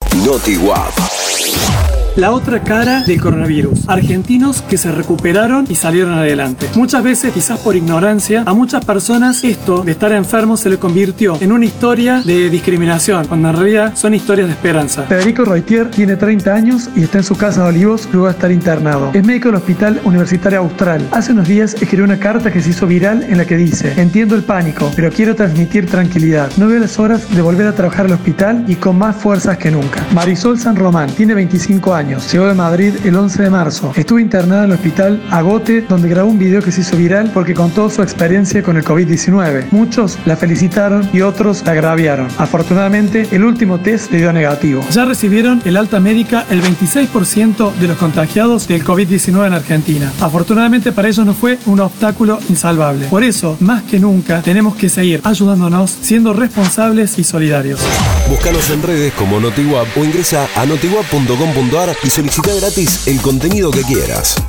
NotiWap. La otra cara del coronavirus. Argentinos que se recuperaron y salieron adelante. Muchas veces, quizás por ignorancia, a muchas personas esto de estar enfermo se le convirtió en una historia de discriminación, cuando en realidad son historias de esperanza. Federico Roitier tiene 30 años y está en su casa de Olivos luego de estar internado. Es médico del Hospital Universitario Austral. Hace unos días escribió una carta que se hizo viral en la que dice: entiendo el pánico, pero quiero transmitir tranquilidad. No veo las horas de volver a trabajar al hospital y con más fuerzas que nunca. Marisol San Román tiene 25 años. Llegó de Madrid el 11 de marzo. Estuvo internada en el hospital Agote, donde grabó un video que se hizo viral porque contó su experiencia con el COVID-19. Muchos la felicitaron y otros la agraviaron. Afortunadamente, el último test le dio negativo. Ya recibieron el alta médica el 26% de los contagiados del COVID-19 en Argentina. Afortunadamente para ellos no fue un obstáculo insalvable. Por eso, más que nunca, tenemos que seguir ayudándonos, siendo responsables y solidarios. Búscanos en redes como NotiWap o ingresa a notiwap.com.ar y solicita gratis el contenido que quieras.